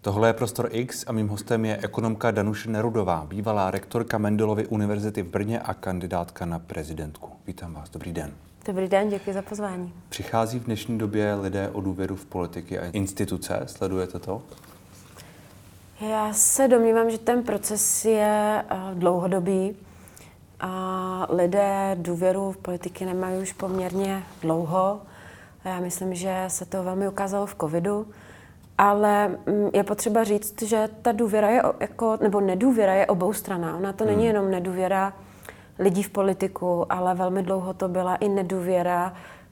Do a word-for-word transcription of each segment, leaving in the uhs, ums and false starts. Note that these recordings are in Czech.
Tohle je Prostor X a mým hostem je ekonomka Danuše Nerudová, bývalá rektorka Mendelovy univerzity v Brně a kandidátka na prezidentku. Vítám vás, dobrý den. Dobrý den, děkuji za pozvání. Přichází v dnešní době lidé o důvěru v politiky a instituce, sledujete to? Já se domnívám, že ten proces je uh, dlouhodobý a lidé důvěru v politiky nemají už poměrně dlouho. Já myslím, že se to velmi ukázalo v covidu, ale um, je potřeba říct, že ta důvěra je jako, nebo nedůvěra je oboustranná. Ona to hmm. není jenom nedůvěra lidí v politiku, ale velmi dlouho to byla i nedůvěra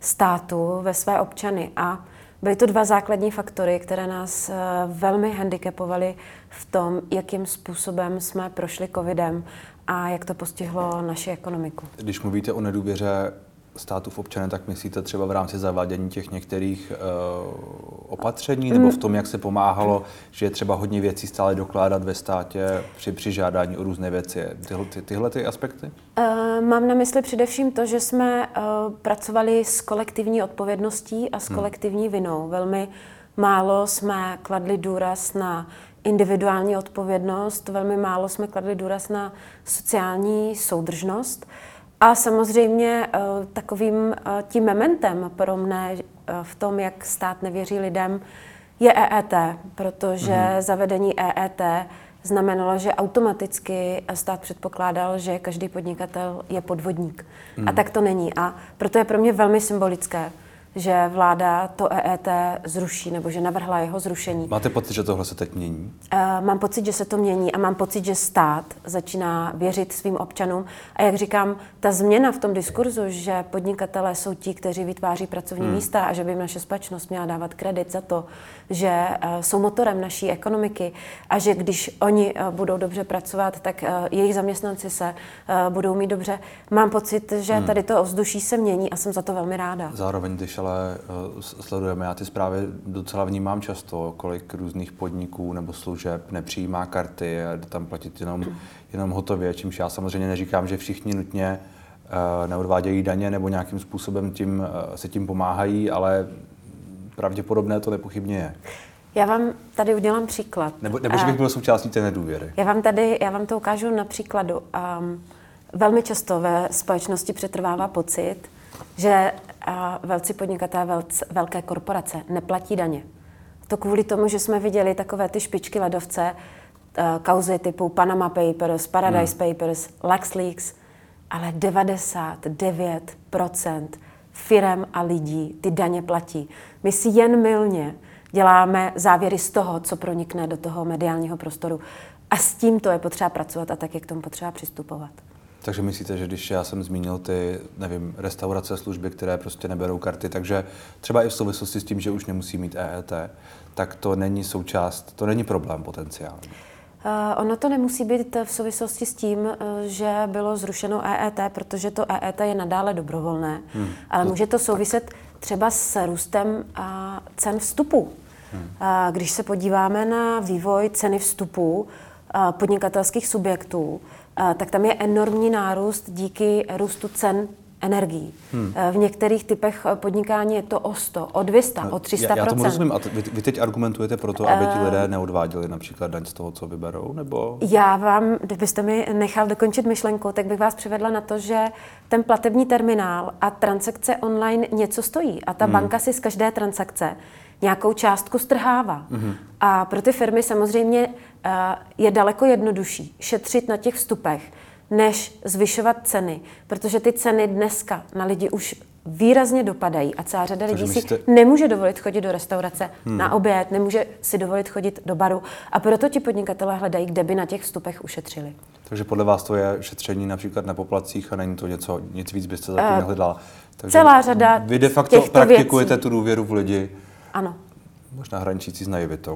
státu ve své občany. A byly to dva základní faktory, které nás velmi handicapovaly v tom, jakým způsobem jsme prošli covidem a jak to postihlo naši ekonomiku. Když mluvíte o nedůvěře státu v občany, tak myslíte třeba v rámci zavádění těch některých uh, opatření, nebo v tom, jak se pomáhalo, že je třeba hodně věcí stále dokládat ve státě při, při žádání o různé věci. Tyhle, ty, tyhle ty aspekty? Uh, mám na mysli především to, že jsme uh, pracovali s kolektivní odpovědností a s hmm. kolektivní vinou. Velmi málo jsme kladli důraz na individuální odpovědnost, velmi málo jsme kladli důraz na sociální soudržnost. A samozřejmě uh, takovým uh, tím mementem pro mne uh, v tom, jak stát nevěří lidem, je E E T, protože mm-hmm. zavedení E E T znamenalo, že automaticky stát předpokládal, že každý podnikatel je podvodník. Mm. A tak to není. A proto je pro mě velmi symbolické, že vláda to E E T zruší, nebo že navrhla jeho zrušení. Máte pocit, že tohle se teď mění? Uh, mám pocit, že se to mění a mám pocit, že stát začíná věřit svým občanům. A jak říkám, ta změna v tom diskurzu, že podnikatelé jsou ti, kteří vytváří pracovní hmm. místa a že by jim naše společnost měla dávat kredit za to, že uh, jsou motorem naší ekonomiky a že když oni uh, budou dobře pracovat, tak uh, jejich zaměstnanci se uh, budou mít dobře. Mám pocit, že hmm. tady to ovzduší se mění a jsem za to velmi ráda. Zároveň, když ale uh, sledujeme, já ty zprávy docela vnímám často, kolik různých podniků nebo služeb nepřijímá karty a jde tam platit jenom, jenom hotově, čímž já samozřejmě neříkám, že všichni nutně uh, neodvádějí daně nebo nějakým způsobem tím, uh, se tím pomáhají, ale pravděpodobné to nepochybně je. Já vám tady udělám příklad. Nebo, nebo že bych byl součástí té nedůvěry. Já vám tady, já vám to ukážu na příkladu. Um, velmi často ve společnosti přetrvává pocit, že uh, velcí podnikatelé, velc, velké korporace neplatí daně. To kvůli tomu, že jsme viděli takové ty špičky ledovce, uh, kauzy typu Panama Papers, Paradise hmm. Papers, LuxLeaks, ale devadesát devět procent firem a lidí ty daně platí. My si jen mylně děláme závěry z toho, co pronikne do toho mediálního prostoru. A s tímto je potřeba pracovat a tak je k tomu potřeba přistupovat. Takže myslíte, že když já jsem zmínil ty, nevím, restaurace, služby, které prostě neberou karty, takže třeba i v souvislosti s tím, že už nemusí mít E E T, tak to není součást, to není problém potenciálně? Uh, ono to nemusí být v souvislosti s tím, uh, že bylo zrušeno E E T, protože to E E T je nadále dobrovolné, hmm. ale může to souviset třeba s růstem uh, cen vstupu. Hmm. Uh, když se podíváme na vývoj ceny vstupu uh, podnikatelských subjektů, Uh, tak tam je enormní nárůst díky růstu cen energií. Hmm. Uh, v některých typech podnikání je to o sto, o dvě stě, o tři sta procent. Já, já tomu rozumím. A vy, vy teď argumentujete proto, aby ti lidé neodváděli například daň z toho, co vyberou? Nebo? Já vám, kdybyste mi nechal dokončit myšlenku, tak bych vás přivedla na to, že ten platební terminál a transakce online něco stojí. A ta hmm. banka si z každé transakce nějakou částku strhává. Mm-hmm. A pro ty firmy samozřejmě uh, je daleko jednodušší šetřit na těch vstupech, než zvyšovat ceny, protože ty ceny dneska na lidi už výrazně dopadají a celá řada lidí myslíte... si nemůže dovolit chodit do restaurace hmm. na oběd, nemůže si dovolit chodit do baru a proto ti podnikatelé hledají, kde by na těch vstupech ušetřili. Takže podle vás to je šetření například na poplatcích a není to něco, nic víc byste zatím uh, nehledala. Takže celá řada vy de facto praktikujete tu důvěru v lidi. Ano. Možná hraničící s naivitou.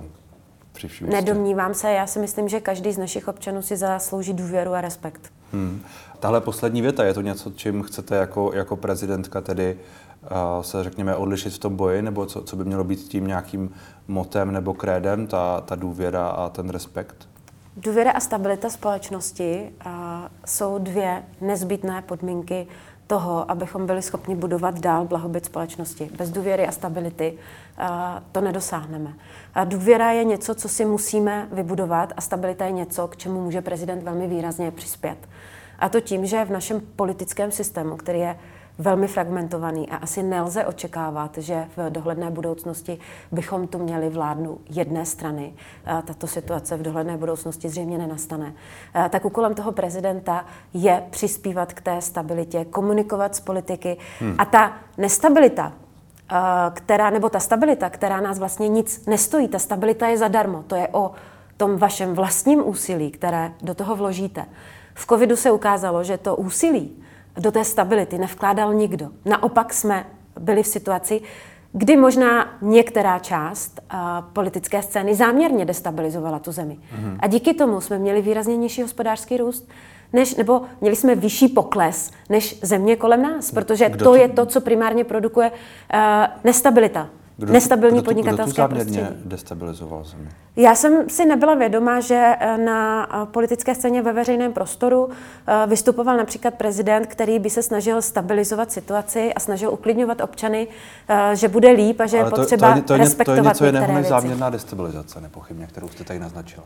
Nedomnívám se, já si myslím, že každý z našich občanů si zaslouží důvěru a respekt. Hmm. Tahle poslední věta, je to něco, čím chcete jako, jako prezidentka tedy uh, se, řekněme, odlišit v tom boji, nebo co, co by mělo být tím nějakým motem nebo krédem, ta, ta důvěra a ten respekt? Důvěra a stabilita společnosti uh, jsou dvě nezbytné podmínky toho, abychom byli schopni budovat dál blahobyt společnosti. Bez důvěry a stability to nedosáhneme. A důvěra je něco, co si musíme vybudovat a stabilita je něco, k čemu může prezident velmi výrazně přispět. A to tím, že v našem politickém systému, který je velmi fragmentovaný a asi nelze očekávat, že v dohledné budoucnosti bychom tu měli vládnu jedné strany. Tato situace v dohledné budoucnosti zřejmě nenastane. Tak úkolem toho prezidenta je přispívat k té stabilitě, komunikovat s politiky hmm. a ta nestabilita, která, nebo ta stabilita, která nás vlastně nic nestojí, ta stabilita je zadarmo. To je o tom vašem vlastním úsilí, které do toho vložíte. V covidu se ukázalo, že to úsilí do té stability nevkládal nikdo. Naopak jsme byli v situaci, kdy možná některá část uh, politické scény záměrně destabilizovala tu zemi. Mm. A díky tomu jsme měli výrazně nižší hospodářský růst, než, nebo měli jsme vyšší pokles než země kolem nás, protože Kdo to tu... je to, co primárně produkuje uh, nestabilita. Kdo, Nestabilní kdo, podnikatelské prostředí. Kdo tu záměrně destabilizoval zemi? Já jsem si nebyla vědoma, že na politické scéně ve veřejném prostoru vystupoval například prezident, který by se snažil stabilizovat situaci a snažil uklidňovat občany, že bude líp a že Ale je potřeba to, to, to, respektovat to je něco jiného než věci. Záměrná destabilizace, nepochybně, kterou jste tady naznačila.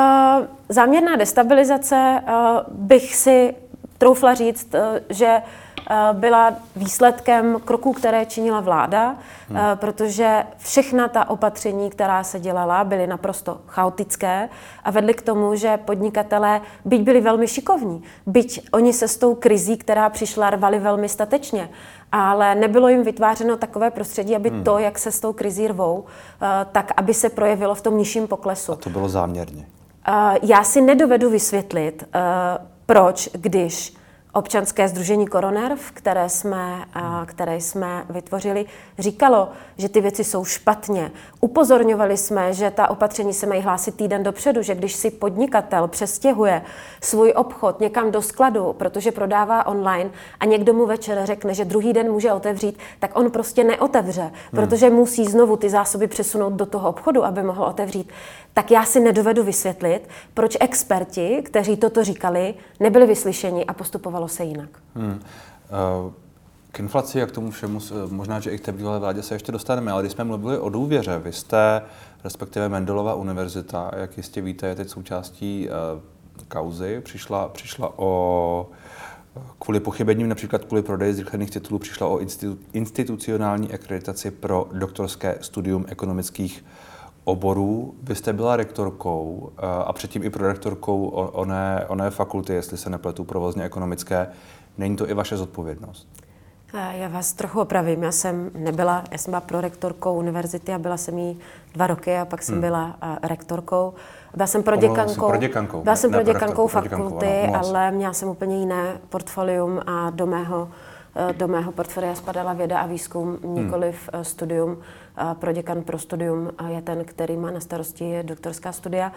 Záměrná destabilizace bych si troufla říct, že byla výsledkem kroků, které činila vláda, hmm. protože všechna ta opatření, která se dělala, byly naprosto chaotické a vedly k tomu, že podnikatelé, byť byli velmi šikovní, byť oni se s tou krizí, která přišla, rvali velmi statečně, ale nebylo jim vytvářeno takové prostředí, aby hmm. to, jak se s tou krizí rvou, tak aby se projevilo v tom nižším poklesu. A to bylo záměrně? Já si nedovedu vysvětlit, proč, když občanské sdružení Koronerv, které jsme, které jsme vytvořili, říkalo, že ty věci jsou špatně. Upozorňovali jsme, že ta opatření se mají hlásit týden dopředu, že když si podnikatel přestěhuje svůj obchod někam do skladu, protože prodává online a někdo mu večer řekne, že druhý den může otevřít, tak on prostě neotevře, hmm. protože musí znovu ty zásoby přesunout do toho obchodu, aby mohl otevřít. Tak já si nedovedu vysvětlit, proč experti, kteří toto říkali, nebyli vyslyšeni a postupovali se jinak. Hmm. K inflaci a k tomu všemu, možná, že i k té bývalé vládě se ještě dostaneme, ale když jsme mluvili o důvěře, vy jste, respektive Mendelova univerzita, jak jistě víte, je teď součástí uh, kauzy, přišla, přišla o, kvůli pochybením, například kvůli prodeji zrychlených titulů, přišla o institu, institucionální akreditaci pro doktorské studium ekonomických oborů. Vy jste byla rektorkou a předtím i prorektorkou oné, oné fakulty, jestli se nepletu, provozně ekonomické. Není to i vaše zodpovědnost? Já vás trochu opravím. Já jsem nebyla, já jsem byla prorektorkou univerzity a byla jsem jí dva roky a pak jsem hmm. byla rektorkou. Byla jsem proděkankou, proděkankou, byla jsem ne, proděkankou proděkankou, fakulty, ano, ale měla jsem úplně jiné portfolium a do mého Do mého portfolia spadala věda a výzkum, nikoliv hmm. studium. Proděkan pro studium je ten, který má na starosti doktorská studia.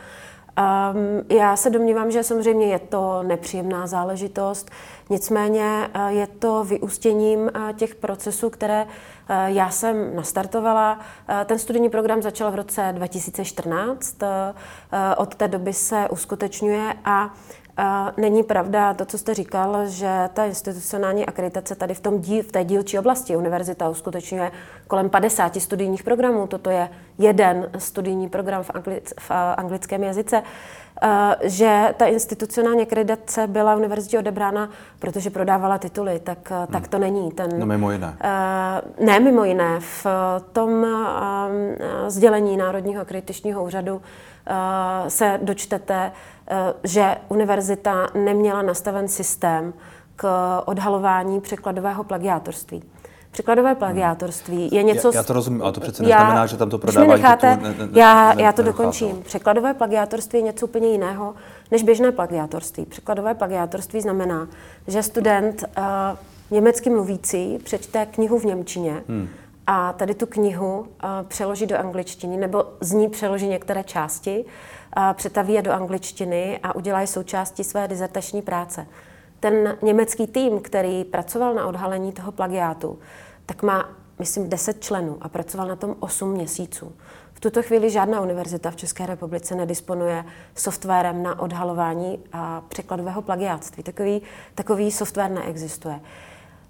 Já se domnívám, že samozřejmě je to nepříjemná záležitost, nicméně je to vyústěním těch procesů, které já jsem nastartovala. Ten studijní program začal v roce dva tisíce čtrnáct, od té doby se uskutečňuje a Uh, není pravda to, co jste říkal, že ta institucionální akreditace tady v, tom díl, v té dílčí oblasti univerzita uskutečňuje kolem padesáti studijních programů. Toto je jeden studijní program v, anglic, v uh, anglickém jazyce. Uh, že ta institucionální akreditace byla univerzitě odebrána, protože prodávala tituly, tak, hmm. tak to není. Ten, no mimo jiné. Uh, ne mimo jiné. V tom uh, sdělení Národního akreditačního úřadu uh, se dočtete, že univerzita neměla nastaven systém k odhalování překladového plagiátorství. Překladové plagiátorství je něco... Já, já to rozumím, ale to přece neznamená, já, že tam to prodávání necháte, titulu ne, ne, já, ne, já to ne, dokončím. necháte. Překladové plagiátorství je něco úplně jiného než běžné plagiátorství. Překladové plagiátorství znamená, že student uh, německy mluvící přečte knihu v němčině hmm. a tady tu knihu uh, přeloží do angličtiny nebo z ní přeloží některé části, přetaví je do angličtiny a udělají součástí své dizertační práce. Ten německý tým, který pracoval na odhalení toho plagiátu, tak má, myslím, deset členů a pracoval na tom osm měsíců. V tuto chvíli žádná univerzita v České republice nedisponuje softwarem na odhalování a překladového plagiátství. Takový, takový software neexistuje.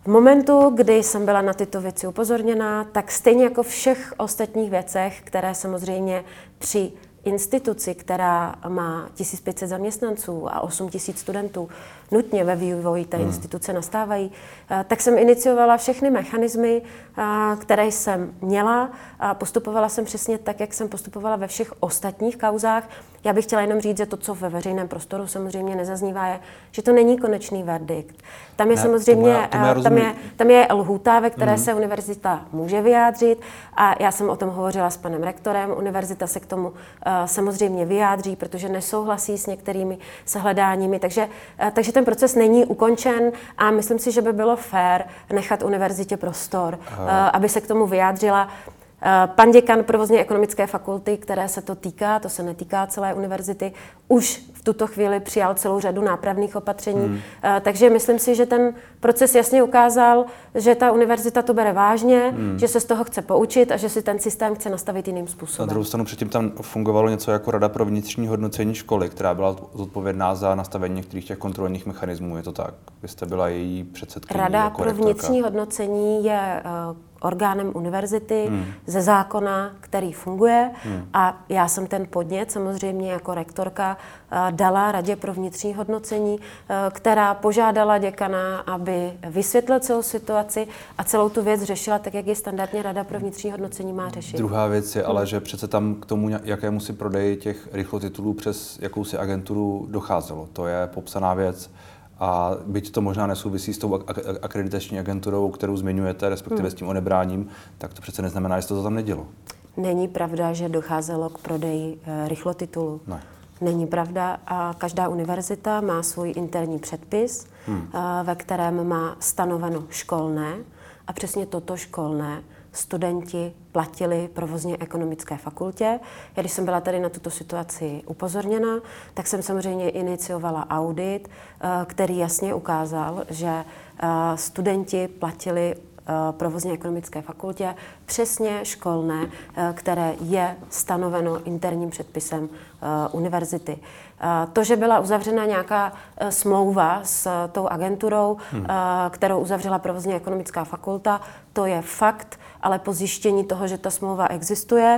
V momentu, kdy jsem byla na tyto věci upozorněná, tak stejně jako všech ostatních věcech, které samozřejmě při instituci, která má tisíc pět set zaměstnanců a osm tisíc studentů, nutně ve vývoji té hmm. instituce nastávají, tak jsem iniciovala všechny mechanismy, které jsem měla a postupovala jsem přesně tak, jak jsem postupovala ve všech ostatních kauzách. Já bych chtěla jenom říct, že to, co ve veřejném prostoru samozřejmě nezaznívá, je, že to není konečný verdikt. Tam je ne, samozřejmě, tomu já, tomu já tam, je, tam je lhůta, ve které mm-hmm. se univerzita může vyjádřit a já jsem o tom hovořila s panem rektorem. Univerzita se k tomu uh, samozřejmě vyjádří, protože nesouhlasí s některými shledáními, takže, uh, takže ten proces není ukončen a myslím si, že by bylo fér nechat univerzitě prostor, uh, aby se k tomu vyjádřila. Pan děkan provozně ekonomické fakulty, které se to týká, to se netýká celé univerzity, už v tuto chvíli přijal celou řadu nápravných opatření. Hmm. Takže myslím si, že ten proces jasně ukázal, že ta univerzita to bere vážně, hmm. že se z toho chce poučit a že si ten systém chce nastavit jiným způsobem. Na druhou stranu předtím tam fungovalo něco jako Rada pro vnitřní hodnocení školy, která byla zodpovědná za nastavení některých těch kontrolních mechanismů. Je to tak? Vy jste byla její předsedkyní. Rada jako pro rektorka. vnitřní hodnocení je uh, orgánem univerzity hmm. ze zákona, který funguje hmm. a já jsem ten podnět samozřejmě jako rektorka dala Radě pro vnitřní hodnocení, která požádala děkana, aby vysvětlil celou situaci a celou tu věc řešila tak, jak je standardně Rada pro vnitřní hodnocení má řešit. Druhá věc je ale, že přece tam k tomu, jakému si prodeji těch rychlotitulů přes jakousi agenturu docházelo. To je popsaná věc. A byť to možná nesouvisí s tou akreditační agenturou, kterou zmiňujete, respektive hmm. s tím odebráním, tak to přece neznamená, že se to tam nedělo. Není pravda, že docházelo k prodeji e, rychlotitulu. Ne. Není pravda a každá univerzita má svůj interní předpis, hmm. e, ve kterém má stanoveno školné a přesně toto školné studenti platili provozně ekonomické fakultě. Já, když jsem byla tady na tuto situaci upozorněna, tak jsem samozřejmě iniciovala audit, který jasně ukázal, že studenti platili provozně ekonomické fakultě přesně školné, které je stanoveno interním předpisem univerzity. To, že byla uzavřena nějaká smlouva s tou agenturou, hmm. kterou uzavřela provozně ekonomická fakulta, to je fakt, ale po zjištění toho, že ta smlouva existuje,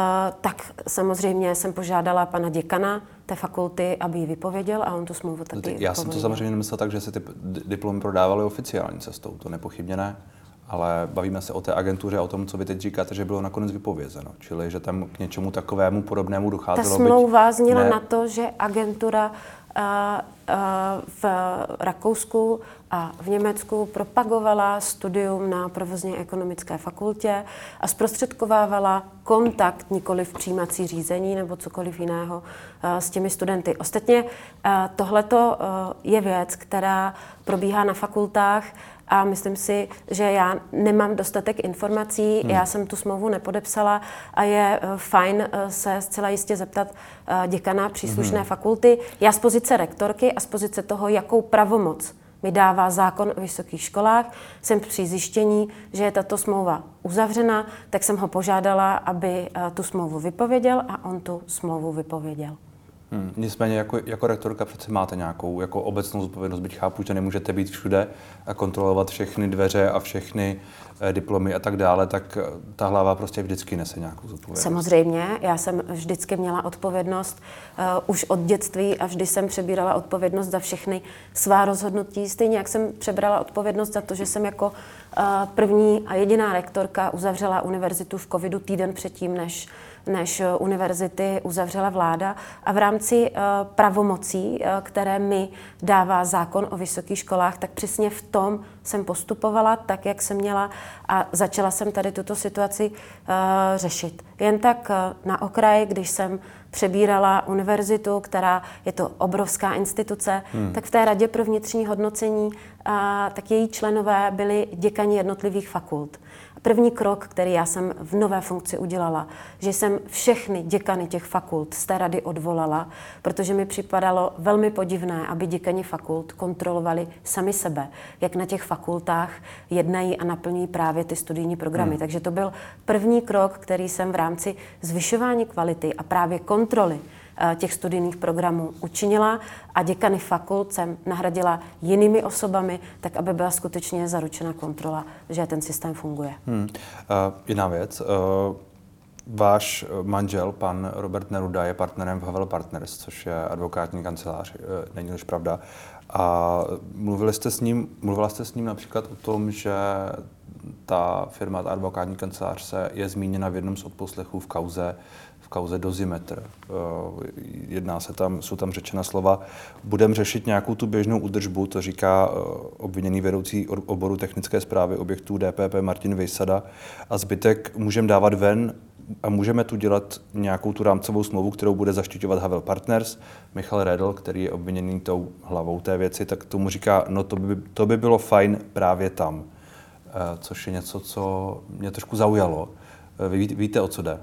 tak samozřejmě jsem požádala pana děkana té fakulty, aby ji vypověděl a on tu smlouvu taky vypověděl. Já jsem to samozřejmě nemyslel tak, že se ty diplomy prodávaly oficiální cestou, to nepochybně ne. Ale bavíme se o té agentuře a o tom, co vy teď říkáte, že bylo nakonec vypovězeno. Čili, že tam k něčemu takovému podobnému docházelo. Ta smlouva zněla ne... na to, že agentura uh, uh, v Rakousku a v Německu propagovala studium na provozně ekonomické fakultě a zprostředkovávala kontakt, nikoli v přijímací řízení nebo cokoliv jiného uh, s těmi studenty. Ostatně uh, tohleto uh, je věc, která probíhá na fakultách, a myslím si, že já nemám dostatek informací, hmm. já jsem tu smlouvu nepodepsala a je uh, fajn uh, se zcela jistě zeptat uh, děkana příslušné hmm. fakulty. Já z pozice rektorky a z pozice toho, jakou pravomoc mi dává zákon o vysokých školách, jsem při zjištění, že je tato smlouva uzavřena, tak jsem ho požádala, aby uh, tu smlouvu vypověděl a on tu smlouvu vypověděl. Hmm. Nicméně jako, jako rektorka přece máte nějakou jako obecnou zodpovědnost, byť chápu, že nemůžete být všude a kontrolovat všechny dveře a všechny eh, diplomy a tak dále, tak ta hlava prostě vždycky nese nějakou zodpovědnost. Samozřejmě, já jsem vždycky měla odpovědnost uh, už od dětství a vždy jsem přebírala odpovědnost za všechny svá rozhodnutí, stejně jak jsem přebrala odpovědnost za to, že jsem jako uh, první a jediná rektorka uzavřela univerzitu v covidu týden předtím, než než univerzity uzavřela vláda a v rámci uh, pravomocí, uh, které mi dává zákon o vysokých školách, tak přesně v tom jsem postupovala tak, jak jsem měla a začala jsem tady tuto situaci uh, řešit. Jen tak uh, na okraji, když jsem přebírala univerzitu, která je to obrovská instituce, hmm. tak v té Radě pro vnitřní hodnocení uh, tak její členové byli děkani jednotlivých fakult. První krok, který já jsem v nové funkci udělala, že jsem všechny děkany těch fakult z té rady odvolala, protože mi připadalo velmi podivné, aby děkani fakult kontrolovali sami sebe, jak na těch fakultách jednají a naplňují právě ty studijní programy. Hmm. Takže to byl první krok, který jsem v rámci zvyšování kvality a právě kontroly těch studijních programů učinila a děkany fakult jsem nahradila jinými osobami, tak aby byla skutečně zaručena kontrola, že ten systém funguje. Hmm. Uh, jiná věc. Uh... Váš manžel, pan Robert Neruda, je partnerem v Havel Partners, což je advokátní kancelář, není tož pravda. A mluvili jste s ním, mluvila jste s ním například o tom, že ta firma, ta advokátní kancelář se je zmíněna v jednom z odposlechů v kauze, v kauze Dozimetr. Jedná se tam, jsou tam řečena slova, budeme řešit nějakou tu běžnou údržbu, to říká obviněný vedoucí oboru technické správy objektů D P P Martin Vejsada, a zbytek můžeme dávat ven a můžeme tu dělat nějakou tu rámcovou smlouvu, kterou bude zaštiťovat Havel Partners. Michal Redl, který je obviněný tou hlavou té věci, tak tomu říká, no to by, to by bylo fajn právě tam. Což je něco, co mě trošku zaujalo. Vy víte, o co jde?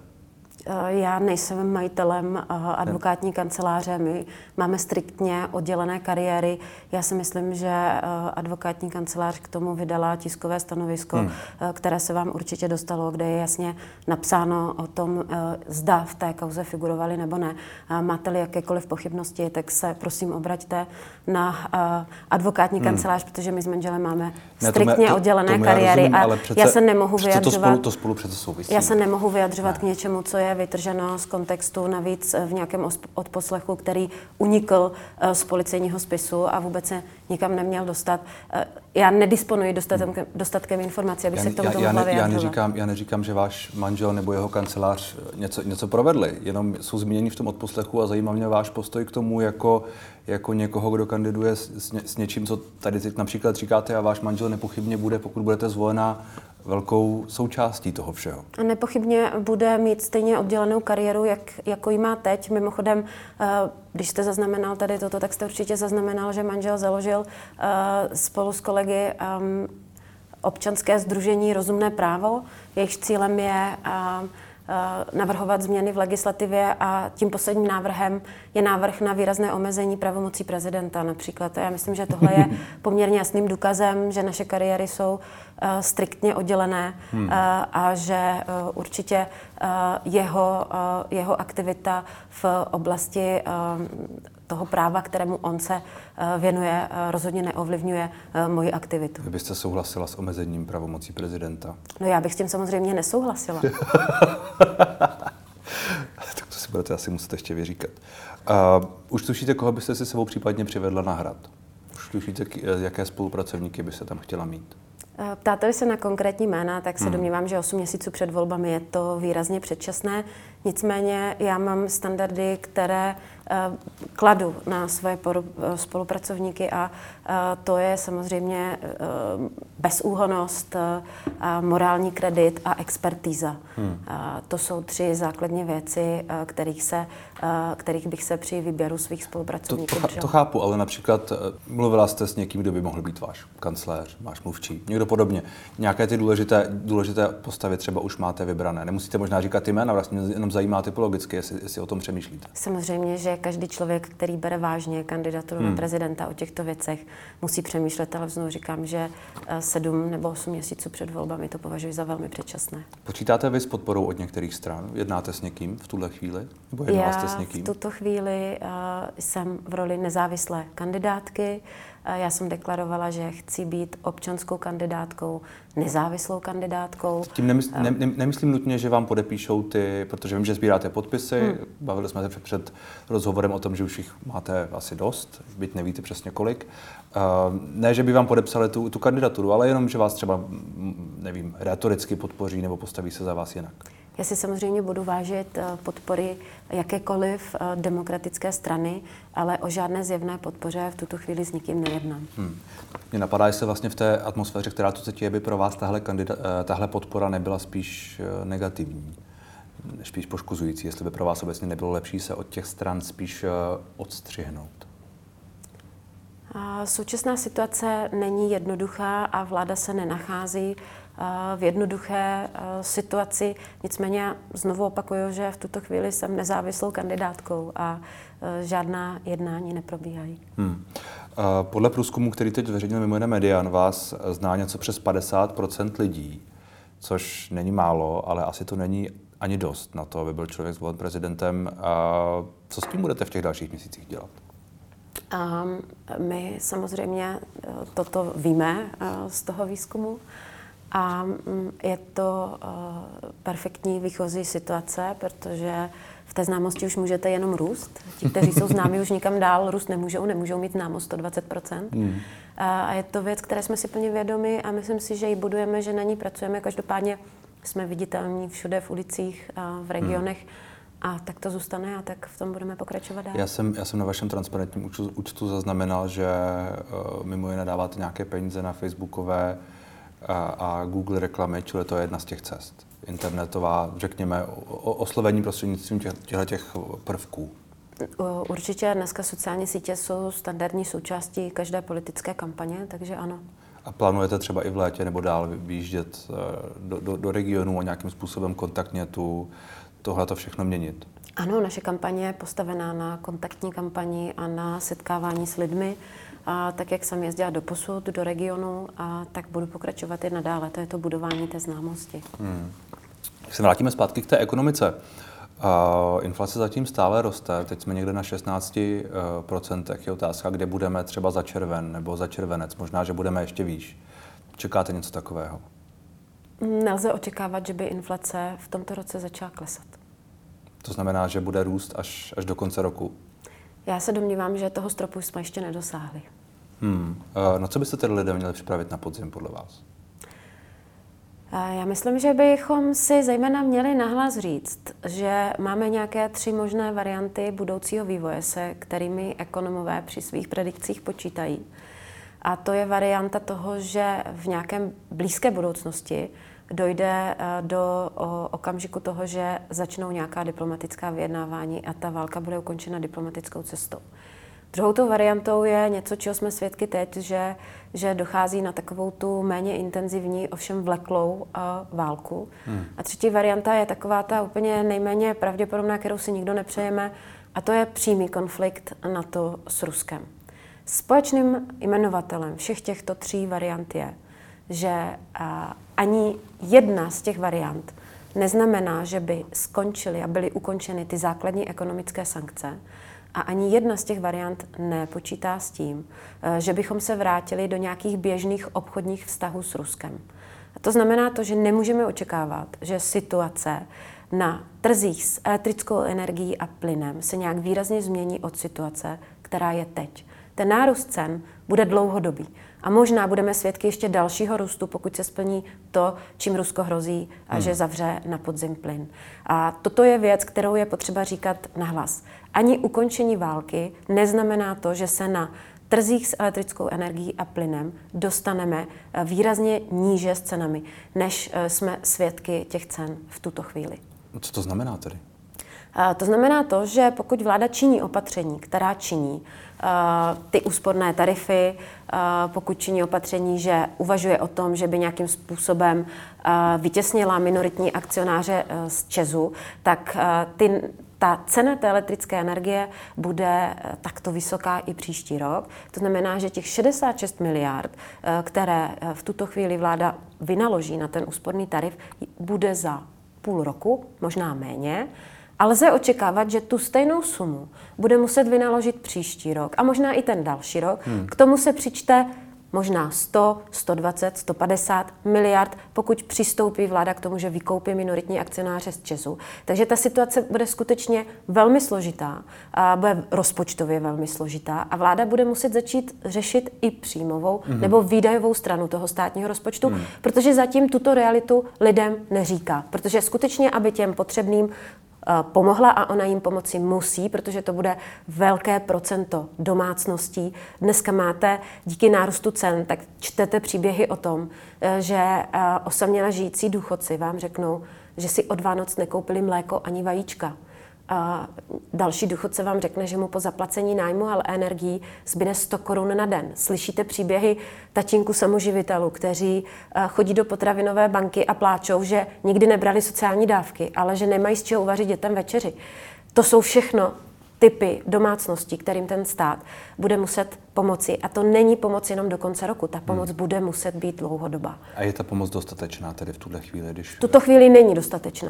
Já nejsem majitelem advokátní kanceláře, my máme striktně oddělené kariéry. Já si myslím, že advokátní kancelář k tomu vydala tiskové stanovisko, hmm. které se vám určitě dostalo, kde je jasně napsáno o tom, zda v té kauze figurovali nebo ne. Máte-li jakékoliv pochybnosti, tak se prosím obraťte na advokátní hmm. kancelář, protože my s manželem máme striktně ne, to, oddělené to, kariéry rozumím, a přece, já se nemohu vyjadřovat. To spolu, to spolu přece souvisí. Já se nemohu vyjadřovat ne. k něčemu, co je vytrženo z kontextu, navíc v nějakém odposlechu, který unikl z policejního spisu a vůbec se nikam neměl dostat. Já nedisponuji dostatkem, dostatkem informací, abych já, se k tomu já, mohla já, já, neříkám, já neříkám, že váš manžel nebo jeho kancelář něco, něco provedli, jenom jsou zmíněni v tom odposlechu a zajímá mě váš postoj k tomu jako, jako někoho, kdo kandiduje s, ně, s něčím, co tady teď například říkáte, a váš manžel nepochybně bude, pokud budete zvolená, velkou součástí toho všeho. A nepochybně bude mít stejně oddělenou kariéru, jak, jako ji má teď. Mimochodem, když jste zaznamenal tady toto, tak jste určitě zaznamenal, že manžel založil spolu s kolegy občanské sdružení Rozumné právo. Jejichž cílem je navrhovat změny v legislativě a tím posledním návrhem je návrh na výrazné omezení pravomocí prezidenta například. Já myslím, že tohle je poměrně jasným důkazem, že naše kariéry jsou uh, striktně oddělené hmm. uh, a že uh, určitě uh, jeho, uh, jeho aktivita v oblasti uh, toho práva, kterému on se uh, věnuje, uh, rozhodně neovlivňuje uh, moji aktivitu. Vy byste souhlasila s omezením pravomocí prezidenta? No já bych s tím samozřejmě nesouhlasila. Tak to si budete asi muset ještě vyříkat. Uh, už tušíte, koho byste si sebou případně přivedla na hrad? Už tušíte, jaké spolupracovníky byste tam chtěla mít? Ptáte-li se na konkrétní jména, tak se hmm. domnívám, že osm měsíců před volbami je to výrazně předčasné. Nicméně já mám standardy, které uh, kladu na svoje poru, uh, spolupracovníky a uh, to je samozřejmě uh, bezúhonnost, uh, morální kredit a expertíza. Hmm. Uh, to jsou tři základní věci, uh, kterých, se, uh, kterých bych se při výběru svých spolupracovníků to, to, to chápu, ale například uh, mluvila jste s někým, kdo by mohl být váš kancléř, váš mluvčí, někdo podobně. Nějaké ty důležité, důležité postavy třeba už máte vybrané. Nemusíte možná říkat ty jména, vlastně jenom zajímá typologicky, jestli, jestli o tom přemýšlíte. Samozřejmě, že každý člověk, který bere vážně kandidaturu hmm. na prezidenta o těchto věcech, musí přemýšlet, ale znovu říkám, že sedm nebo osm měsíců před volbami to považuji za velmi předčasné. Počítáte vy s podporou od některých stran? Jednáte s někým v tuhle chvíli? Nebo jednala jste s někým? Já v tuto chvíli uh, jsem v roli nezávislé kandidátky. Já jsem deklarovala, že chci být občanskou kandidátkou, nezávislou kandidátkou. Tím nemysl, ne, ne, nemyslím nutně, že vám podepíšou ty, protože vím, že sbíráte podpisy, hmm. bavili jsme se před, před rozhovorem o tom, že už jich máte asi dost, byť nevíte přesně kolik. Uh, ne, že by vám podepsali tu, tu kandidaturu, ale jenom, že vás třeba, nevím, rétoricky podpoří nebo postaví se za vás jinak. Já si samozřejmě budu vážit podpory jakékoliv demokratické strany, ale o žádné zjevné podpoře v tuto chvíli s nikým nejednám. Hmm. Mně napadá, jestli vlastně v té atmosféře, která tu teď je, by pro vás tahle, kandida- tahle podpora nebyla spíš negativní, spíš poškozující, jestli by pro vás obecně nebylo lepší se od těch stran spíš odstřihnout. Současná situace není jednoduchá a vláda se nenachází v jednoduché situaci. Nicméně já znovu opakuju, že v tuto chvíli jsem nezávislou kandidátkou a žádná jednání neprobíhají. Hmm. Podle průzkumu, který teď zveřejnil mimo jiné Median, vás zná něco přes padesát procent lidí, což není málo, ale asi to není ani dost na to, aby byl člověk zvolen prezidentem. A co s tím budete v těch dalších měsících dělat? Um, my samozřejmě toto víme uh, z toho výzkumu a um, je to uh, perfektní výchozí situace, protože v té známosti už můžete jenom růst. Ti, kteří jsou známí, už nikam dál růst nemůžou, nemůžou mít známost sto dvacet procent. Mm. A je to věc, které jsme si plně vědomi a myslím si, že ji budujeme, že na ní pracujeme. Každopádně jsme viditelní všude v ulicích, v regionech. Mm. A tak to zůstane a tak v tom budeme pokračovat dál. Já jsem, já jsem na vašem transparentním účtu, účtu zaznamenal, že uh, mimo jiné dáváte nějaké peníze na facebookové a, a Google reklamy, čili to je jedna z těch cest. Internetová, řekněme, o, oslovení prostřednictvím těchto těch prvků. Určitě dneska sociální sítě jsou standardní součástí každé politické kampaně, takže ano. A plánujete třeba i v létě nebo dál vyjíždět do, do, do regionu a nějakým způsobem kontaktně tu tohle to všechno měnit? Ano, naše kampaně je postavená na kontaktní kampani a na setkávání s lidmi. A tak, jak jsem jezdila do posud, do regionu, a tak budu pokračovat i nadále. To je to budování té známosti. Hmm. Když se vrátíme zpátky k té ekonomice. Uh, inflace zatím stále roste. Teď jsme někde na šestnáct procent. Je otázka, kde budeme třeba za červen nebo za červenec. Možná, že budeme ještě výš. Čekáte něco takového? Nelze očekávat, že by inflace v tomto roce začala klesat. To znamená, že bude růst až, až do konce roku? Já se domnívám, že toho stropu jsme ještě nedosáhli. Hmm. Na co byste tedy lidé měli připravit na podzim podle vás? Já myslím, že bychom si zejména měli nahlas říct, že máme nějaké tři možné varianty budoucího vývoje, se kterými ekonomové při svých predikcích počítají. A to je varianta toho, že v nějakém blízké budoucnosti dojde do okamžiku toho, že začnou nějaká diplomatická vyjednávání a ta válka bude ukončena diplomatickou cestou. Druhou tou variantou je něco, čeho jsme svědky teď, že, že dochází na takovou tu méně intenzivní, ovšem vleklou uh, válku. Hmm. A třetí varianta je taková ta úplně nejméně pravděpodobná, kterou si nikdo nepřejeme, a to je přímý konflikt NATO s Ruskem. Společným jmenovatelem všech těchto tří variant je, že uh, ani jedna z těch variant neznamená, že by skončily a byly ukončeny ty základní ekonomické sankce, a ani jedna z těch variant nepočítá s tím, že bychom se vrátili do nějakých běžných obchodních vztahů s Ruskem. A to znamená to, že nemůžeme očekávat, že situace na trzích s elektrickou energií a plynem se nějak výrazně změní od situace, která je teď. Ten nárůst cen bude dlouhodobý. A možná budeme svědky ještě dalšího růstu, pokud se splní to, čím Rusko hrozí, a hmm. že zavře na podzim plyn. A toto je věc, kterou je potřeba říkat nahlas. Ani ukončení války neznamená to, že se na trzích s elektrickou energií a plynem dostaneme výrazně níže s cenami, než jsme svědky těch cen v tuto chvíli. Co to znamená tedy? To znamená to, že pokud vláda činí opatření, která činí ty úsporné tarify, pokud činí opatření, že uvažuje o tom, že by nějakým způsobem vytěsnila minoritní akcionáře z ČEZu, tak ty, ta cena té elektrické energie bude takto vysoká i příští rok. To znamená, že těch šedesát šest miliard, které v tuto chvíli vláda vynaloží na ten úsporný tarif, bude za půl roku, možná méně. A lze očekávat, že tu stejnou sumu bude muset vynaložit příští rok a možná i ten další rok. Hmm. K tomu se přičte možná sto, sto dvacet, sto padesát miliard, pokud přistoupí vláda k tomu, že vykoupí minoritní akcionáře z ČEZu. Takže ta situace bude skutečně velmi složitá, a bude rozpočtově velmi složitá a vláda bude muset začít řešit i příjmovou hmm. nebo výdajovou stranu toho státního rozpočtu, hmm. protože zatím tuto realitu lidem neříká. Protože skutečně, aby těm potřebným pomohla, a ona jim pomoci musí, protože to bude velké procento domácností. Dneska máte díky nárůstu cen, tak čtete příběhy o tom, že osaměle žijící důchodci vám řeknou, že si od Vánoc nekoupili mléko ani vajíčka. A další důchodce vám řekne, že mu po zaplacení nájmu a energií zbyde sto korun na den. Slyšíte příběhy tatínků samoživitelů, kteří chodí do potravinové banky a pláčou, že nikdy nebrali sociální dávky, ale že nemají z čeho uvařit dětem večeři. To jsou všechno typy domácností, kterým ten stát bude muset pomoci. A to není pomoc jenom do konce roku. Ta pomoc hmm. bude muset být dlouhodobá. A je ta pomoc dostatečná tedy v tuhle chvíli? Když... V tuto chvíli není dostatečná.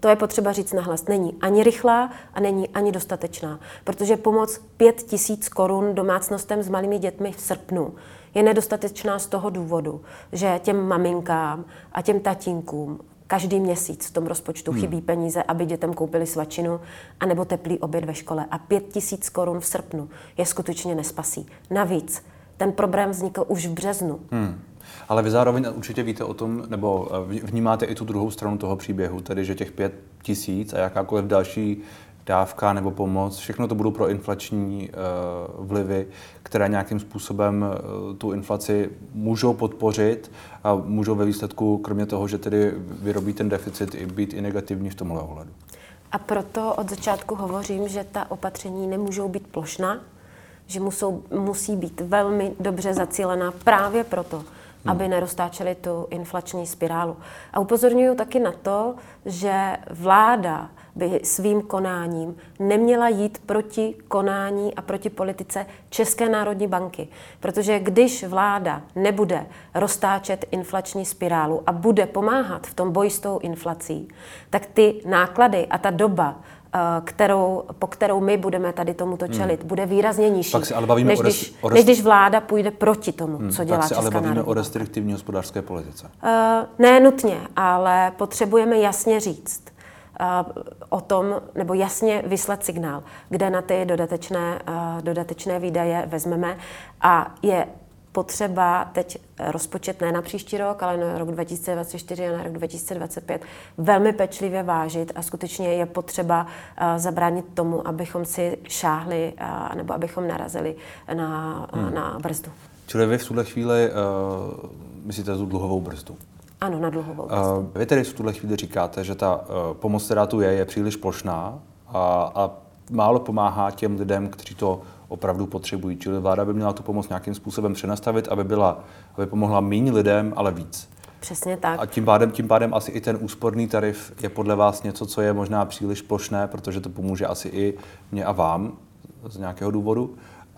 to je potřeba říct nahlas, není ani rychlá a není ani dostatečná, protože pomoc pět tisíc korun domácnostem s malými dětmi v srpnu je nedostatečná z toho důvodu, že těm maminkám a těm tatínkům každý měsíc v tom rozpočtu chybí hmm. peníze, aby dětem koupili svačinu anebo teplý oběd ve škole. A pět tisíc korun v srpnu je skutečně nespasí. Navíc ten problém vznikl už v březnu. Hmm. Ale vy zároveň určitě víte o tom, nebo vnímáte i tu druhou stranu toho příběhu, tedy že těch pět tisíc a jakákoliv další dávka nebo pomoc, všechno to budou proinflační uh, vlivy, které nějakým způsobem uh, tu inflaci můžou podpořit a můžou ve výsledku, kromě toho, že tedy vyrobí ten deficit, i být i negativní v tomhle ohledu. A proto od začátku hovořím, že ta opatření nemůžou být plošná, že musou, musí být velmi dobře zacílená právě proto, hmm. aby neroztáčeli tu inflační spirálu. A upozorňuji taky na to, že vláda by svým konáním neměla jít proti konání a proti politice České národní banky. Protože když vláda nebude roztáčet inflační spirálu a bude pomáhat v tom boji s tou inflací, tak ty náklady a ta doba, kterou, po kterou my budeme tady tomuto čelit, hmm. bude výrazně nižší, než, o res, když, o res... než když vláda půjde proti tomu, hmm. co dělá Česká národní banka. Ale bavíme o restriktivní hospodářské politice. Uh, ne nutně, ale potřebujeme jasně říct uh, o tom, nebo jasně vyslat signál, kde na ty dodatečné, uh, dodatečné výdaje vezmeme a je potřeba teď rozpočet ne na příští rok, ale na rok dva tisíce dvacet čtyři a na rok dva tisíce dvacet pět velmi pečlivě vážit a skutečně je potřeba uh, zabránit tomu, abychom si šáhli uh, nebo abychom narazili na, hmm. uh, na brzdu. Čili vy v tuhle chvíli uh, myslíte tu dluhovou brzdu? Ano, na dluhovou brzdu. Uh, vy tedy v tuhle chvíli říkáte, že ta uh, pomoc, která tu je, je příliš plošná a, a málo pomáhá těm lidem, kteří to opravdu potřebují. Čili vláda by měla tu pomoc nějakým způsobem přenastavit, aby byla, aby pomohla méně lidem, ale víc. Přesně tak. A tím pádem, tím pádem asi i ten úsporný tarif je podle vás něco, co je možná příliš plošné, protože to pomůže asi i mně a vám z nějakého důvodu.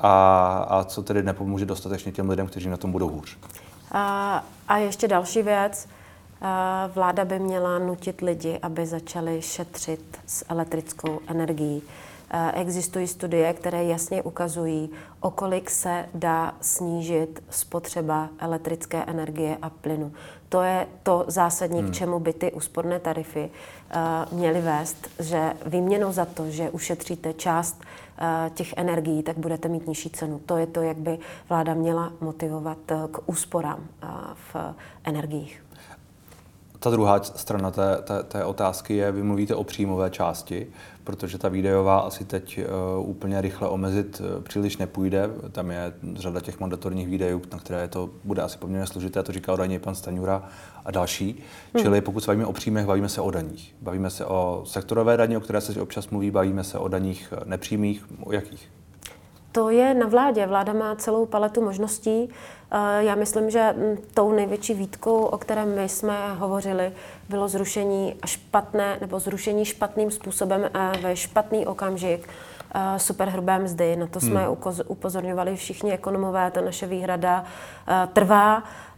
A, a co tedy nepomůže dostatečně těm lidem, kteří na tom budou hůř. A, a ještě další věc. Vláda by měla nutit lidi, aby začali šetřit s elektrickou energií. Existují studie, které jasně ukazují, o kolik se dá snížit spotřeba elektrické energie a plynu. To je to zásadní, hmm. k čemu by ty úsporné tarify uh, měly vést, že výměnou za to, že ušetříte část uh, těch energií, tak budete mít nižší cenu. To je to, jak by vláda měla motivovat uh, k úsporám uh, v uh, energiích. Ta druhá strana té, té, té otázky je, vy mluvíte o příjmové části, protože ta výdajová asi teď uh, úplně rychle omezit uh, příliš nepůjde. Tam je řada těch mandatorních výdajů, na které to bude asi poměrně složité, to říká údajně pan Stanjura a další. Hmm. Čili pokud se bavíme o příjmech, bavíme se o daních. Bavíme se o sektorové daně, o které se občas mluví, bavíme se o daních nepřímých, o jakých? To je na vládě. Vláda má celou paletu možností. Já myslím, že tou největší výtkou, o které my jsme hovořili, bylo zrušení špatné nebo zrušení špatným způsobem ve špatný okamžik superhrubé mzdy. Na to jsme hmm. upozorňovali všichni ekonomové, ta naše výhrada trvá.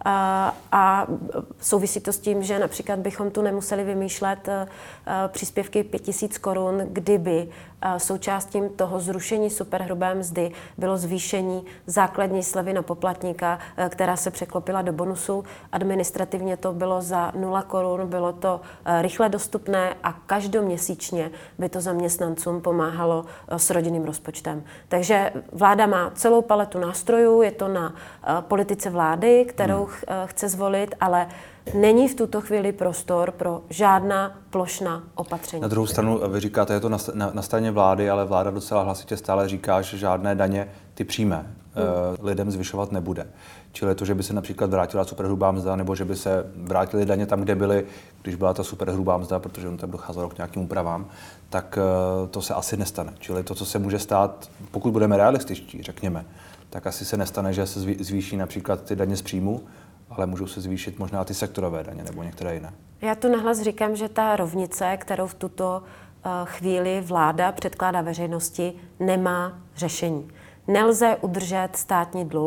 A souvisí to s tím, že například bychom tu nemuseli vymýšlet příspěvky pět tisíc korun, kdyby součástí toho zrušení superhrubé mzdy bylo zvýšení základní slevy na poplatníka, která se překlopila do bonusu. Administrativně to bylo za nula korun, bylo to rychle dostupné a každoměsíčně by to zaměstnancům pomáhalo s rodinným rozpočtem. Takže vláda má celou paletu nástrojů, je to na politice vlády, kterou hmm. chce zvolit, ale není v tuto chvíli prostor pro žádná plošná opatření. Na druhou stranu, vy říkáte, je to na, na, na straně vlády, ale vláda docela hlasitě stále říká, že žádné daně ty přímé hmm. lidem zvyšovat nebude. Čili to, že by se například vrátila superhrubá mzda, nebo že by se vrátily daně tam, kde byly, když byla ta superhrubá mzda, protože on tam docházelo k nějakým úpravám, tak to se asi nestane. Čili to, co se může stát, pokud budeme realističtí, řekněme, tak asi se nestane, že se zvýší například ty daně z příjmu, ale můžou se zvýšit možná ty sektorové daně nebo některé jiné. Já tu nahlas říkám, že ta rovnice, kterou v tuto uh, chvíli vláda předkládá veřejnosti, nemá řešení. Nelze udržet státní dluh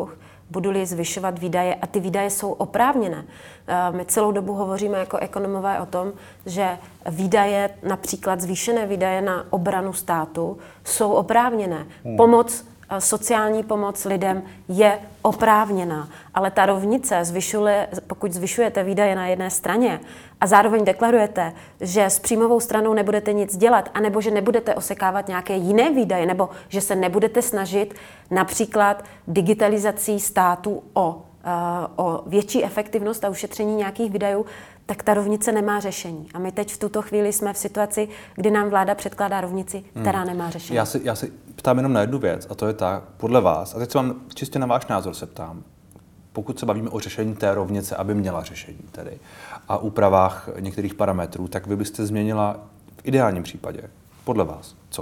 budu-li zvyšovat výdaje, a ty výdaje jsou oprávněné. My celou dobu hovoříme jako ekonomové o tom, že výdaje, například zvýšené výdaje na obranu státu, jsou oprávněné. Hmm. Pomoc, sociální pomoc lidem je oprávněná, ale ta rovnice, zvyšuje, pokud zvyšujete výdaje na jedné straně a zároveň deklarujete, že s příjmovou stranou nebudete nic dělat, anebo že nebudete osekávat nějaké jiné výdaje, nebo že se nebudete snažit například digitalizací státu o, o větší efektivnost a ušetření nějakých výdajů, tak ta rovnice nemá řešení. A my teď v tuto chvíli jsme v situaci, kdy nám vláda předkládá rovnici, která nemá řešení. Já si, já si ptám jenom na jednu věc, a to je ta, podle vás, a teď se vám čistě na váš názor se ptám, pokud se bavíme o řešení té rovnice, aby měla řešení tedy, a úpravách některých parametrů, tak vy byste změnila v ideálním případě, podle vás, co?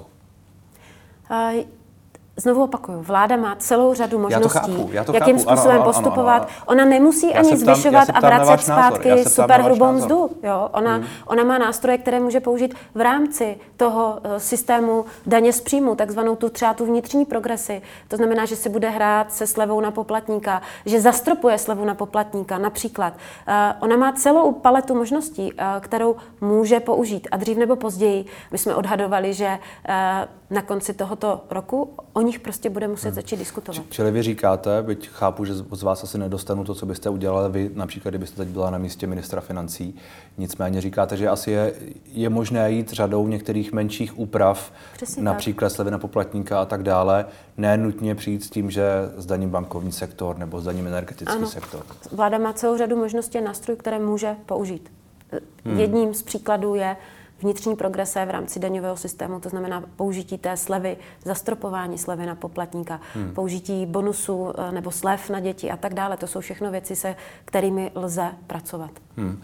Uh, Znovu opakuju, vláda má celou řadu možností, já to chápu, já to jakým chápu. způsobem ano, ano, postupovat. Ano, ano. Ona nemusí já ani ptám, zvyšovat a vracet zpátky superhrubou mzdu. Jo? Ona, hmm. ona má nástroje, které může použít v rámci toho uh, systému daně z příjmu, takzvanou tu třeba tu vnitřní progresi. To znamená, že si bude hrát se slevou na poplatníka, že zastropuje slevu na poplatníka například. Uh, ona má celou paletu možností, uh, kterou může použít. A dřív nebo později my jsme odhadovali, že uh, na konci tohoto roku o nich prostě bude muset hmm. začít diskutovat. Čili vy říkáte, byť chápu, že z vás asi nedostanu to, co byste udělali vy, například kdybyste teď byla na místě ministra financí, nicméně říkáte, že asi je, je možné jít řadou některých menších úprav, přesně například slevy na poplatníka a tak dále, ne nutně přijít s tím, že zdaním bankovní sektor nebo zdaním energetický ano. sektor. Vláda má celou řadu možností a nástrojů, které může použít. Hmm. Jedním z příkladů je vnitřní progrese v rámci daňového systému, to znamená použití té slevy, zastropování slevy na poplatníka, hmm. použití bonusů nebo slev na děti a tak dále. To jsou všechno věci, se kterými lze pracovat. Hmm.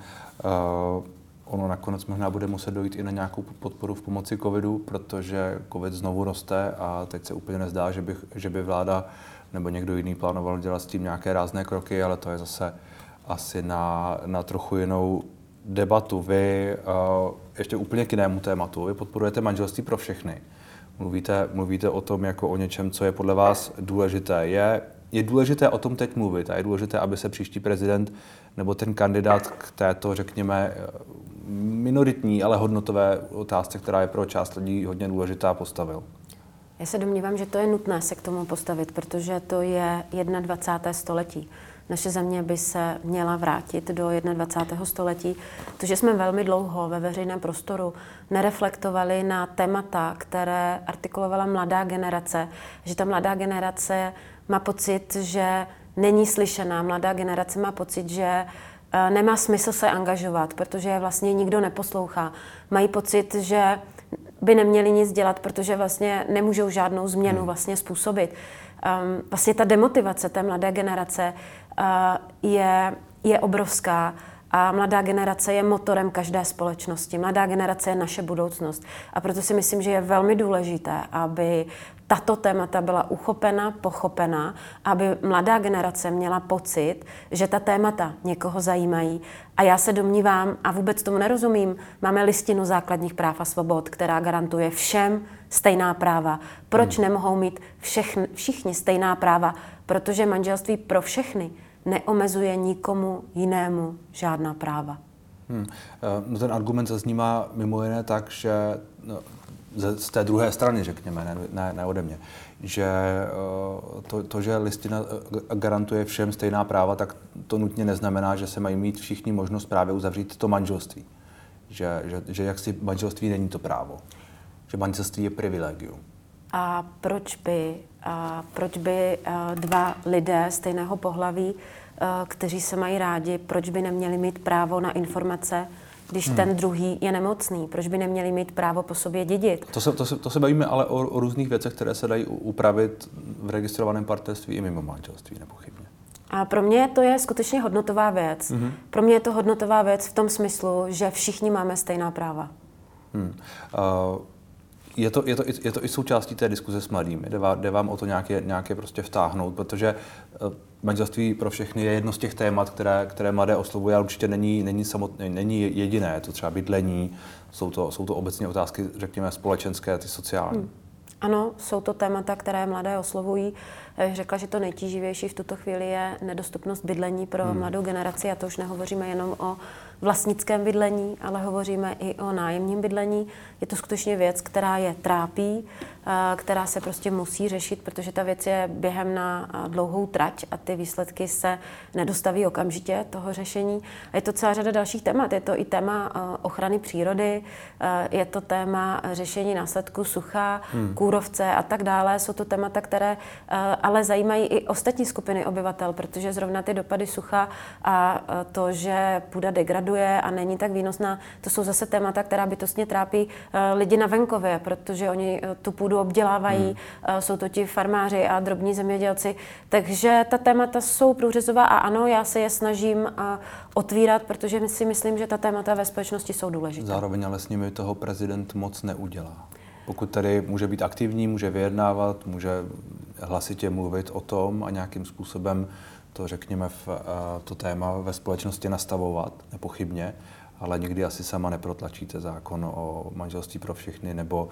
Uh, ono nakonec možná bude muset dojít i na nějakou podporu v pomoci covidu, protože covid znovu roste a teď se úplně nezdá, že by, že by vláda nebo někdo jiný plánoval dělat s tím nějaké rázné kroky, ale to je zase asi na, na trochu jinou debatu. Vy uh, ještě úplně k jinému tématu. Vy podporujete manželství pro všechny. Mluvíte, mluvíte o tom jako o něčem, co je podle vás důležité. Je, je důležité o tom teď mluvit a je důležité, aby se příští prezident nebo ten kandidát k této, řekněme, minoritní, ale hodnotové otázce, která je pro část lidí hodně důležitá, postavil. Já se domnívám, že to je nutné se k tomu postavit, protože to je dvacátého prvního století. Naše země by se měla vrátit do dvacátého prvního století, protože jsme velmi dlouho ve veřejném prostoru nereflektovali na témata, které artikulovala mladá generace, že ta mladá generace má pocit, že není slyšená, mladá generace má pocit, že nemá smysl se angažovat, protože je vlastně nikdo neposlouchá. Mají pocit, že by neměli nic dělat, protože vlastně nemůžou žádnou změnu vlastně způsobit. Um, vlastně ta demotivace té mladé generace uh, je, je obrovská a mladá generace je motorem každé společnosti. Mladá generace je naše budoucnost. A proto si myslím, že je velmi důležité, aby tato témata byla uchopena, pochopena, aby mladá generace měla pocit, že ta témata někoho zajímají. A já se domnívám, a vůbec tomu nerozumím, máme listinu základních práv a svobod, která garantuje všem stejná práva. Proč hmm. nemohou mít všechny, všichni stejná práva? Protože manželství pro všechny neomezuje nikomu jinému žádná práva. Hmm. No, ten argument zaznímá mimo jiné tak, že no, z té druhé strany, řekněme, ne, ne, ne ode mě, že to, to, že listina garantuje všem stejná práva, tak to nutně neznamená, že se mají mít všichni možnost právě uzavřít to manželství. Že, že, že jaksi manželství není to právo. Že manželství je privilegium. A proč by, a proč by dva lidé stejného pohlaví, kteří se mají rádi, proč by neměli mít právo na informace, když hmm. ten druhý je nemocný? Proč by neměli mít právo po sobě dědit? To se, to se, to se bavíme ale o, o různých věcech, které se dají upravit v registrovaném partnerství i mimo manželství, nepochybně. A pro mě to je skutečně hodnotová věc. Mm-hmm. Pro mě je to hodnotová věc v tom smyslu, že všichni máme stejná práva. Hmm. Uh, Je to, je, to, je to i součástí té diskuze s mladými. Jde vám, jde vám o to nějaké, nějaké prostě vtáhnout, protože manželství pro všechny je jedno z těch témat, které, které mladé oslovuje, ale určitě není, není, samotné, není jediné. Je to třeba bydlení, jsou to, jsou to obecně otázky, řekněme, společenské, ty sociální. Hmm. Ano, jsou to témata, které mladé oslovují. Já bych řekla, že to nejtíživější v tuto chvíli je nedostupnost bydlení pro hmm. mladou generaci. A to už nehovoříme jenom o vlastnickém bydlení, ale hovoříme i o nájemním bydlení. Je to skutečně věc, která je trápí, která se prostě musí řešit, protože ta věc je během na dlouhou trať a ty výsledky se nedostaví okamžitě toho řešení. A je to celá řada dalších témat. Je to i téma ochrany přírody, je to téma řešení následků sucha, hmm. kůrovce a tak dále. Jsou to témata, které ale zajímají i ostatní skupiny obyvatel, protože zrovna ty dopady sucha a to, že půda degraduje a není tak výnosná, to jsou zase témata, která bytostně trápí lidi na venkově, protože oni tu půdu obdělávají, hmm. jsou to ti farmáři a drobní zemědělci. Takže ta témata jsou průřezová a ano, já se je snažím otvírat, protože si myslím, že ta témata ve společnosti jsou důležitá. Zároveň ale s nimi toho prezident moc neudělá. Pokud tady může být aktivní, může vyjednávat, může hlasitě mluvit o tom a nějakým způsobem to, řekněme, v, to téma ve společnosti nastavovat, nepochybně, ale nikdy asi sama neprotlačíte zákon o manželství pro všechny, nebo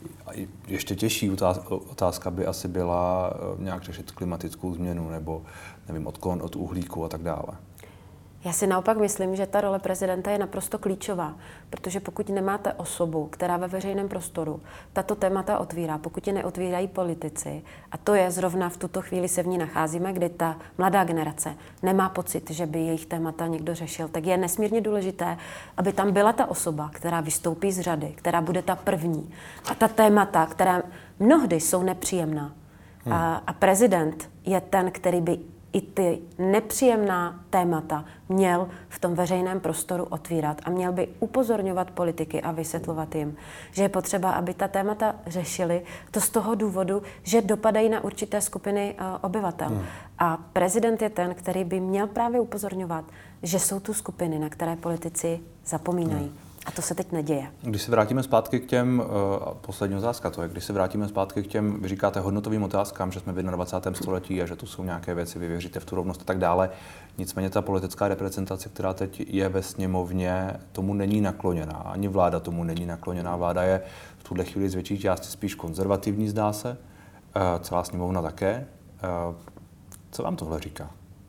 ještě těžší otázka by asi byla nějak řešit klimatickou změnu, nebo nevím, odklon od uhlíku a tak dále. Já si naopak myslím, že ta role prezidenta je naprosto klíčová, protože pokud nemáte osobu, která ve veřejném prostoru tato témata otvírá, pokud je neotvírají politici, a to je zrovna v tuto chvíli se v ní nacházíme, kdy ta mladá generace nemá pocit, že by jejich témata někdo řešil, tak je nesmírně důležité, aby tam byla ta osoba, která vystoupí z řady, která bude ta první. A ta témata, která mnohdy jsou nepříjemná. Hmm. A, a prezident je ten, který by i ty nepříjemná témata měl v tom veřejném prostoru otvírat a měl by upozorňovat politiky a vysvětlovat jim, že je potřeba, aby ta témata řešili. To z toho důvodu, že dopadají na určité skupiny uh, obyvatel. Hmm. A prezident je ten, který by měl právě upozorňovat, že jsou tu skupiny, na které politici zapomínají. Hmm. A to se teď neděje. Když se vrátíme zpátky k těm, uh, poslední otázka to je, když se vrátíme zpátky k těm, vy říkáte hodnotovým otázkám, že jsme v dvacátém prvním století a že tu jsou nějaké věci, vy věříte v tu rovnost a tak dále. Nicméně ta politická reprezentace, která teď je ve sněmovně, tomu není nakloněná. Ani vláda tomu není nakloněná. Vláda je v tuhle chvíli z větší části spíš konzervativní, zdá se. Uh, celá sněmovna také. Uh, co vám tohle říká?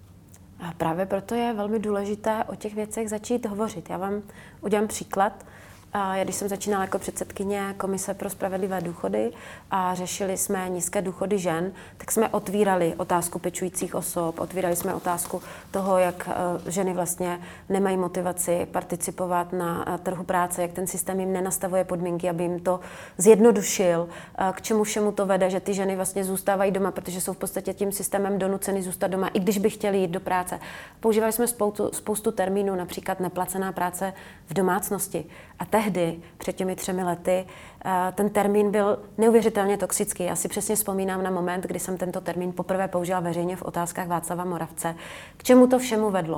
A právě proto je velmi důležité o těch věcech začít hovořit. Já vám udělám příklad. Já když jsem začínala jako předsedkyně Komise pro spravedlivé důchody a řešili jsme nízké důchody žen, tak jsme otvírali otázku pečujících osob, otvírali jsme otázku toho, jak ženy vlastně nemají motivaci participovat na trhu práce, jak ten systém jim nenastavuje podmínky, aby jim to zjednodušil, k čemu všemu to vede, že ty ženy vlastně zůstávají doma, protože jsou v podstatě tím systémem donuceny zůstat doma, i když by chtěli jít do práce. Používali jsme spoustu, spoustu termínů, například neplacená práce v domácnosti. A tehdy, před těmi třemi lety, ten termín byl neuvěřitelně toxický. Já si přesně vzpomínám na moment, kdy jsem tento termín poprvé použila veřejně v Otázkách Václava Moravce. K čemu to všemu vedlo?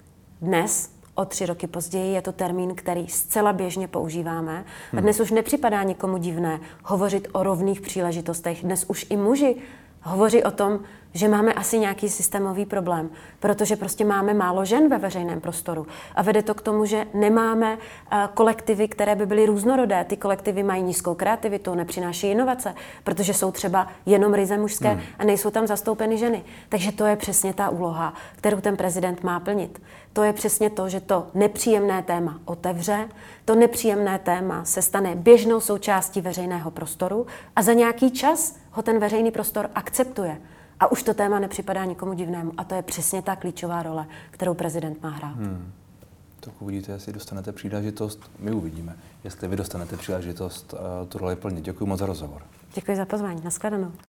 Dnes, o tři roky později, je to termín, který zcela běžně používáme. A dnes už nepřipadá nikomu divné hovořit o rovných příležitostech. Dnes už i muži hovoří o tom, že máme asi nějaký systémový problém, protože prostě máme málo žen ve veřejném prostoru. A vede to k tomu, že nemáme kolektivy, které by byly různorodé. Ty kolektivy mají nízkou kreativitu, nepřináší inovace, protože jsou třeba jenom ryze mužské hmm. a nejsou tam zastoupeny ženy. Takže to je přesně ta úloha, kterou ten prezident má plnit. To je přesně to, že to nepříjemné téma otevře, to nepříjemné téma se stane běžnou součástí veřejného prostoru a za nějaký čas ho ten veřejný prostor akceptuje. A už to téma nepřipadá nikomu divnému. A to je přesně ta klíčová role, kterou prezident má hrát. Hmm. Tak uvidíte, jestli dostanete příležitost. My uvidíme, jestli vy dostanete příležitost uh, tu roli plnit. Děkuji moc za rozhovor. Děkuji za pozvání. Nashledanou.